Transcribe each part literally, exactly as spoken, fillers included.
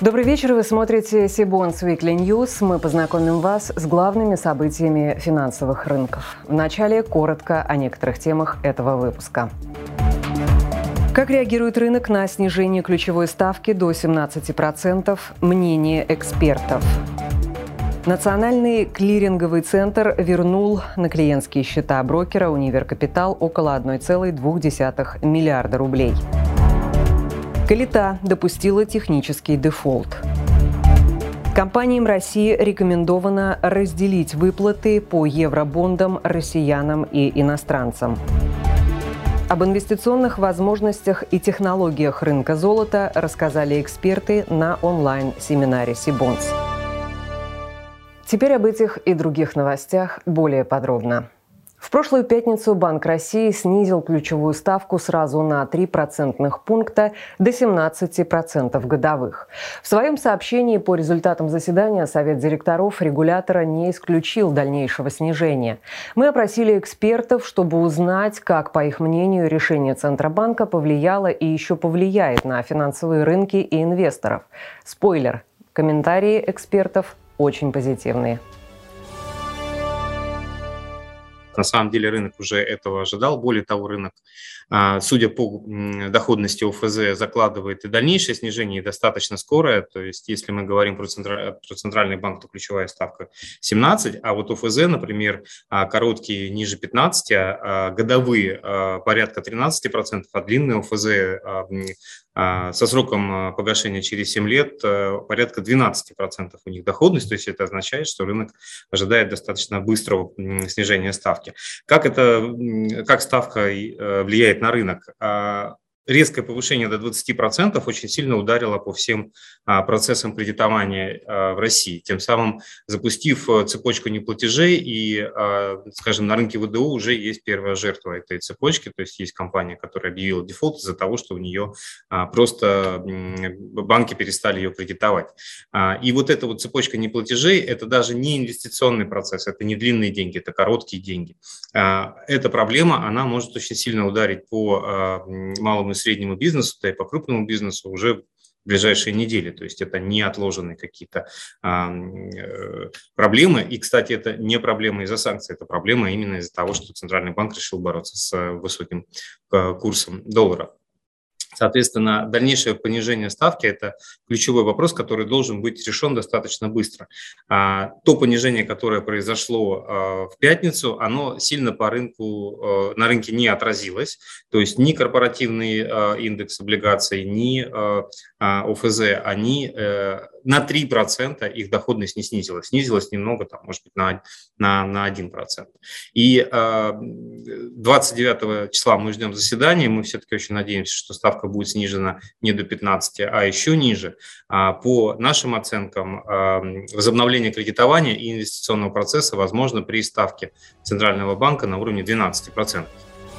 Добрый вечер, вы смотрите Сибонс Weekly News. Мы познакомим вас с главными событиями финансовых рынков. Вначале коротко о некоторых темах этого выпуска. Как реагирует рынок на снижение ключевой ставки до семнадцати процентов? Мнение экспертов. Национальный клиринговый центр вернул на клиентские счета брокера Универ Капитал около одной целой двух десятых миллиарда рублей. Калита допустила технический дефолт. Компаниям России рекомендовано разделить выплаты по евробондам россиянам и иностранцам. Об инвестиционных возможностях и технологиях рынка золота рассказали эксперты на онлайн-семинаре Сибонс. Теперь об этих и других новостях более подробно. В прошлую пятницу Банк России снизил ключевую ставку сразу на три процентных пункта до семнадцати процентов годовых. В своем сообщении по результатам заседания Совет директоров регулятора не исключил дальнейшего снижения. Мы опросили экспертов, чтобы узнать, как, по их мнению, решение Центробанка повлияло и еще повлияет на финансовые рынки и инвесторов. Спойлер: комментарии экспертов очень позитивные. На самом деле рынок уже этого ожидал. Более того, рынок, судя по доходности ОФЗ, закладывает и дальнейшее снижение, и достаточно скорое. То есть, если мы говорим про, централь... про центральный банк, то ключевая ставка семнадцать, а вот ОФЗ, например, короткие ниже пятнадцати, а годовые порядка тринадцати процентов, а длинные ОФЗ со сроком погашения через семь лет порядка двенадцати процентов у них доходность. То есть это означает, что рынок ожидает достаточно быстрого снижения ставки. Как, это, как ставка влияет на рынок? Резкое повышение до двадцати процентов очень сильно ударило по всем процессам кредитования в России, тем самым запустив цепочку неплатежей, и, скажем, на рынке ВДО уже есть первая жертва этой цепочки, то есть есть компания, которая объявила дефолт из-за того, что у нее просто банки перестали ее кредитовать. И вот эта вот цепочка неплатежей – это даже не инвестиционный процесс, это не длинные деньги, это короткие деньги. Эта проблема, она может очень сильно ударить по малому и среднему бизнесу, да и по крупному бизнесу уже в ближайшие недели. То есть это не отложенные какие-то а, э, проблемы. И, кстати, это не проблема из-за санкций, это проблема именно из-за того, что Центральный банк решил бороться с высоким э, курсом доллара. Соответственно, дальнейшее понижение ставки – это ключевой вопрос, который должен быть решен достаточно быстро. То понижение, которое произошло в пятницу, оно сильно по рынку, на рынке не отразилось. То есть ни корпоративный индекс облигаций, ни ОФЗ, они на три процента их доходность не снизилась. Снизилась немного, там, может быть, на, на, на один процент. И двадцать девятого числа мы ждем заседания, мы все-таки очень надеемся, что ставка будет снижена не до пятнадцати, а еще ниже. По нашим оценкам, возобновление кредитования и инвестиционного процесса возможно при ставке Центрального банка на уровне двенадцати процентов.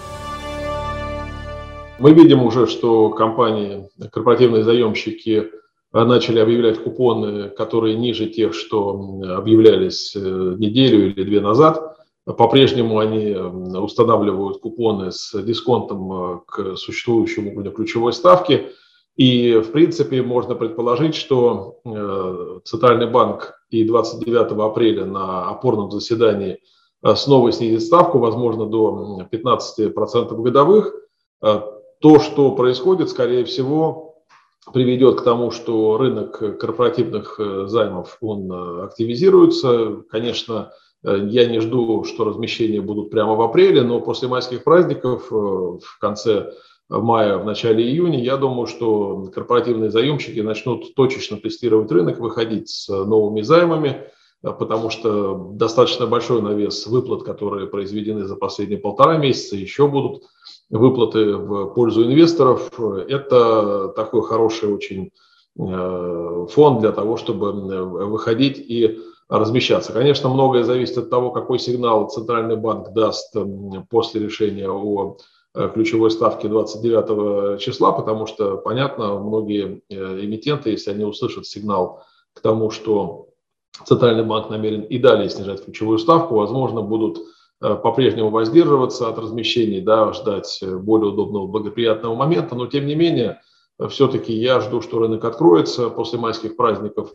Мы видим уже, что компании, корпоративные заемщики начали объявлять купоны, которые ниже тех, что объявлялись неделю или две назад. По-прежнему они устанавливают купоны с дисконтом к существующему уровню ключевой ставки. И, в принципе, можно предположить, что Центральный банк и двадцать девятого апреля на опорном заседании снова снизит ставку, возможно, до пятнадцати процентов годовых. То, что происходит, скорее всего, приведет к тому, что рынок корпоративных займов он активизируется. Конечно, я не жду, что размещения будут прямо в апреле, но после майских праздников в конце мая, в начале июня, я думаю, что корпоративные заемщики начнут точечно тестировать рынок, выходить с новыми займами, потому что достаточно большой навес выплат, которые произведены за последние полтора месяца, еще будут выплаты в пользу инвесторов. Это такой хороший очень фон для того, чтобы выходить и размещаться. Конечно, многое зависит от того, какой сигнал Центральный банк даст после решения о ключевой ставке двадцать девятого числа, потому что, понятно, многие эмитенты, если они услышат сигнал к тому, что Центральный банк намерен и далее снижать ключевую ставку, возможно, будут по-прежнему воздерживаться от размещений, да, ждать более удобного, благоприятного момента, но тем не менее все-таки я жду, что рынок откроется после майских праздников.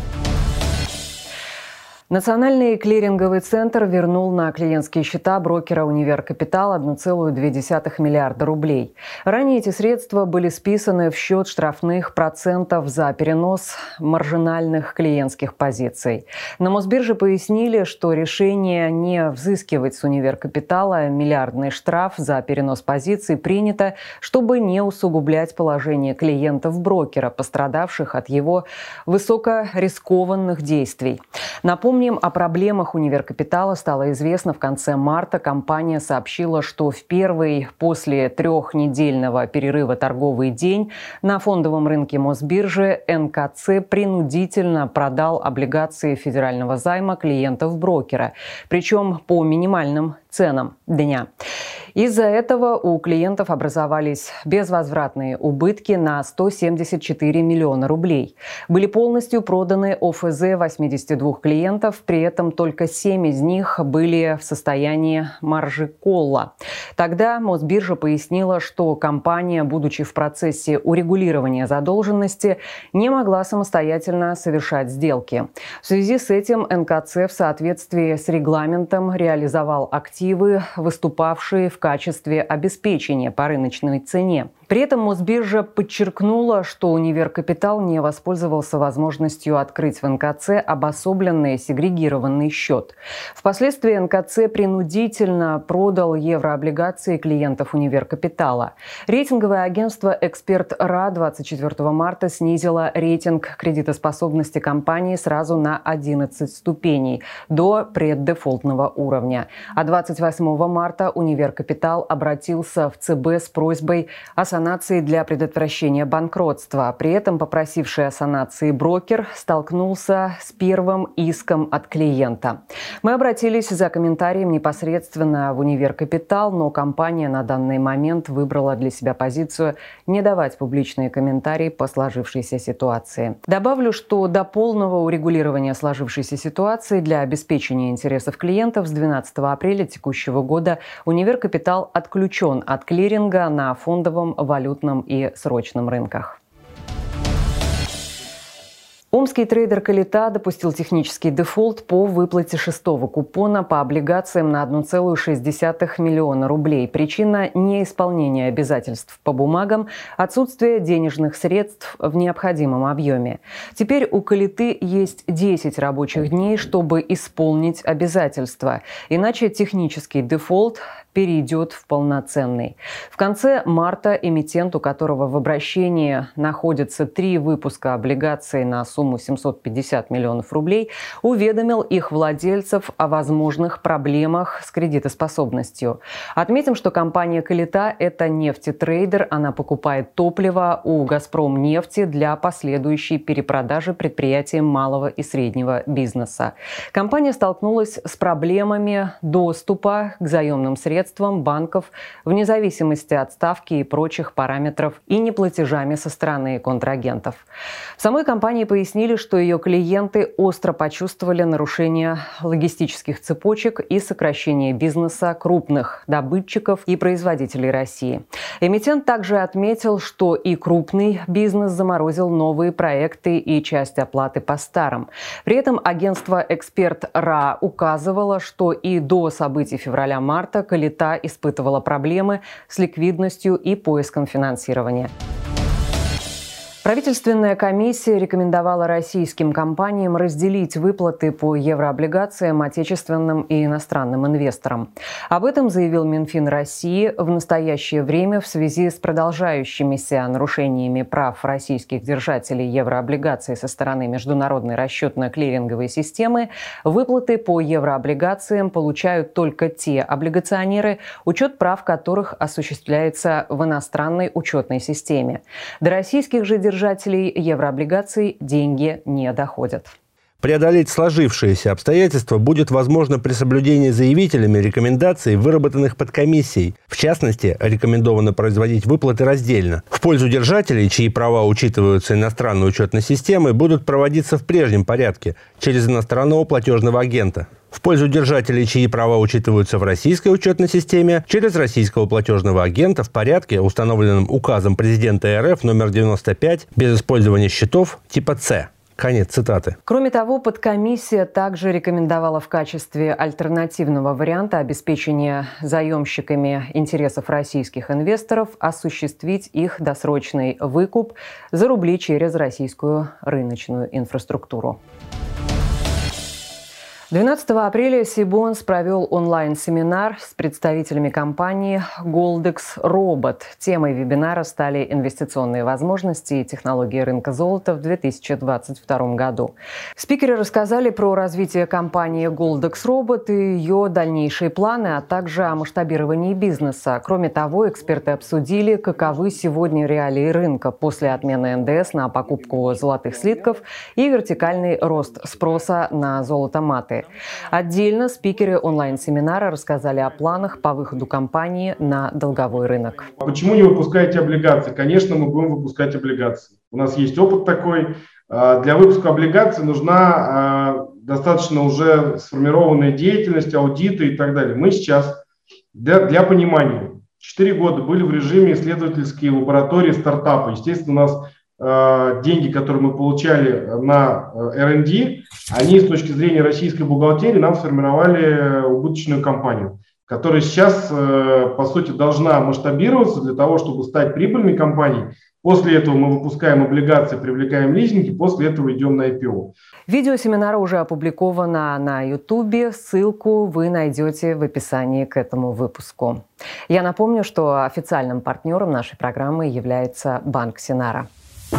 Национальный клиринговый центр вернул на клиентские счета брокера «Универ Капитал» одна целая две десятых миллиарда рублей. Ранее эти средства были списаны в счет штрафных процентов за перенос маржинальных клиентских позиций. На Мосбирже пояснили, что решение не взыскивать с «Универ Капитала» миллиардный штраф за перенос позиций принято, чтобы не усугублять положение клиентов брокера, пострадавших от его высокорискованных действий. Напомню, о проблемах «Универ Капитала» стало известно в конце марта. Компания сообщила, что в первый после трехнедельного перерыва торговый день на фондовом рынке Мосбиржи эн ка цэ принудительно продал облигации федерального займа клиентов брокера, причем по минимальным ценам дня. Из-за этого у клиентов образовались безвозвратные убытки на сто семьдесят четыре миллиона рублей. Были полностью проданы о эф зэ восемьдесят два клиентов, при этом только семь из них были в состоянии маржи колла. Тогда Мосбиржа пояснила, что компания, будучи в процессе урегулирования задолженности, не могла самостоятельно совершать сделки. В связи с этим эн ка цэ в соответствии с регламентом реализовал активы, выступавшие в качестве обеспечения по рыночной цене. При этом Мосбиржа подчеркнула, что «Универ Капитал» не воспользовался возможностью открыть в эн ка цэ обособленный сегрегированный счет. Впоследствии эн ка цэ принудительно продал еврооблигации клиентов «Универ Капитала». Рейтинговое агентство «Эксперт РА» двадцать четвёртого марта снизило рейтинг кредитоспособности компании сразу на одиннадцать ступеней до преддефолтного уровня. А двадцать восьмого марта «Универ Капитал» обратился в цэ бэ с просьбой о санации для предотвращения банкротства. При этом попросивший о санации брокер столкнулся с первым иском от клиента. Мы обратились за комментарием непосредственно в «Универ Капитал», но компания на данный момент выбрала для себя позицию не давать публичные комментарии по сложившейся ситуации. Добавлю, что до полного урегулирования сложившейся ситуации для обеспечения интересов клиентов с двенадцатого апреля текущего года «Универ Капитал» отключен от клиринга на фондовом, валютном и срочном рынках. Омский трейдер «Калита» допустил технический дефолт по выплате шестого купона по облигациям на одна целая шесть десятых миллиона рублей. Причина – неисполнение обязательств по бумагам, отсутствие денежных средств в необходимом объеме. Теперь у «Калиты» есть десять рабочих дней, чтобы исполнить обязательства. Иначе технический дефолт перейдет в полноценный. В конце марта эмитент, у которого в обращении находятся три выпуска облигаций на сумму семьсот пятьдесят миллионов рублей, уведомил их владельцев о возможных проблемах с кредитоспособностью. Отметим, что компания «Калита» – это нефтетрейдер. Она покупает топливо у «Газпромнефти» для последующей перепродажи предприятиям малого и среднего бизнеса. Компания столкнулась с проблемами доступа к заемным средствам банков вне зависимости от ставки и прочих параметров и неплатежами со стороны контрагентов. В самой компании пояснили, что ее клиенты остро почувствовали нарушение логистических цепочек и сокращение бизнеса крупных добытчиков и производителей России. Эмитент также отметил, что и крупный бизнес заморозил новые проекты и часть оплаты по старым. При этом агентство «Эксперт РА» указывало, что и до событий февраля-марта «Калита» испытывала проблемы с ликвидностью и поиском финансирования. Правительственная комиссия рекомендовала российским компаниям разделить выплаты по еврооблигациям отечественным и иностранным инвесторам. Об этом заявил Минфин России. В настоящее время в связи с продолжающимися нарушениями прав российских держателей еврооблигаций со стороны международной расчетно-клиринговой системы выплаты по еврооблигациям получают только те облигационеры, учет прав которых осуществляется в иностранной учетной системе. До российских же держателей Держателей еврооблигаций деньги не доходят. Преодолеть сложившиеся обстоятельства будет возможно при соблюдении заявителями рекомендаций, выработанных подкомиссией. В частности, рекомендовано производить выплаты раздельно. В пользу держателей, чьи права учитываются иностранной учетной системой, будут проводиться в прежнем порядке через иностранного платежного агента. В пользу держателей, чьи права учитываются в российской учетной системе, через российского платежного агента в порядке, установленном указом президента РФ номер девяносто пять, без использования счетов типа С. Конец цитаты. Кроме того, подкомиссия также рекомендовала в качестве альтернативного варианта обеспечения заемщиками интересов российских инвесторов осуществить их досрочный выкуп за рубли через российскую рыночную инфраструктуру. двенадцатого апреля Сибонс провел онлайн-семинар с представителями компании Goldex Robot. Темой вебинара стали инвестиционные возможности и технологии рынка золота в две тысячи двадцать втором году. Спикеры рассказали про развитие компании Goldex Robot и ее дальнейшие планы, а также о масштабировании бизнеса. Кроме того, эксперты обсудили, каковы сегодня реалии рынка после отмены эн дэ эс на покупку золотых слитков и вертикальный рост спроса на золото-маты. Отдельно спикеры онлайн-семинара рассказали о планах по выходу компании на долговой рынок. Почему не выпускаете облигации? Конечно, мы будем выпускать облигации. У нас есть опыт такой. Для выпуска облигаций нужна достаточно уже сформированная деятельность, аудиты и так далее. Мы сейчас, для, для понимания, четыре года были в режиме исследовательские лаборатории стартапа. Естественно, у нас деньги, которые мы получали на эр энд ди, они с точки зрения российской бухгалтерии нам сформировали убыточную компанию, которая сейчас, по сути, должна масштабироваться для того, чтобы стать прибыльной компанией. После этого мы выпускаем облигации, привлекаем лизинги, после этого идем на ай пи о. Видео семинара уже опубликовано на Ютубе. Ссылку вы найдете в описании к этому выпуску. Я напомню, что официальным партнером нашей программы является Банк Синара.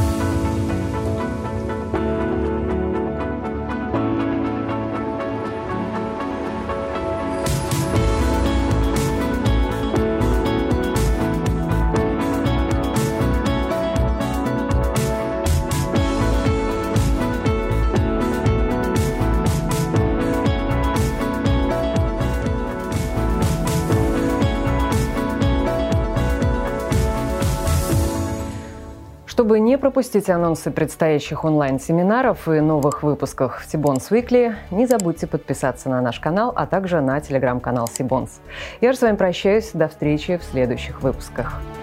Чтобы не пропустить анонсы предстоящих онлайн-семинаров и новых выпусков Сибонс Weekly, не забудьте подписаться на наш канал, а также на телеграм-канал Сибонс. Я же с вами прощаюсь. До встречи в следующих выпусках.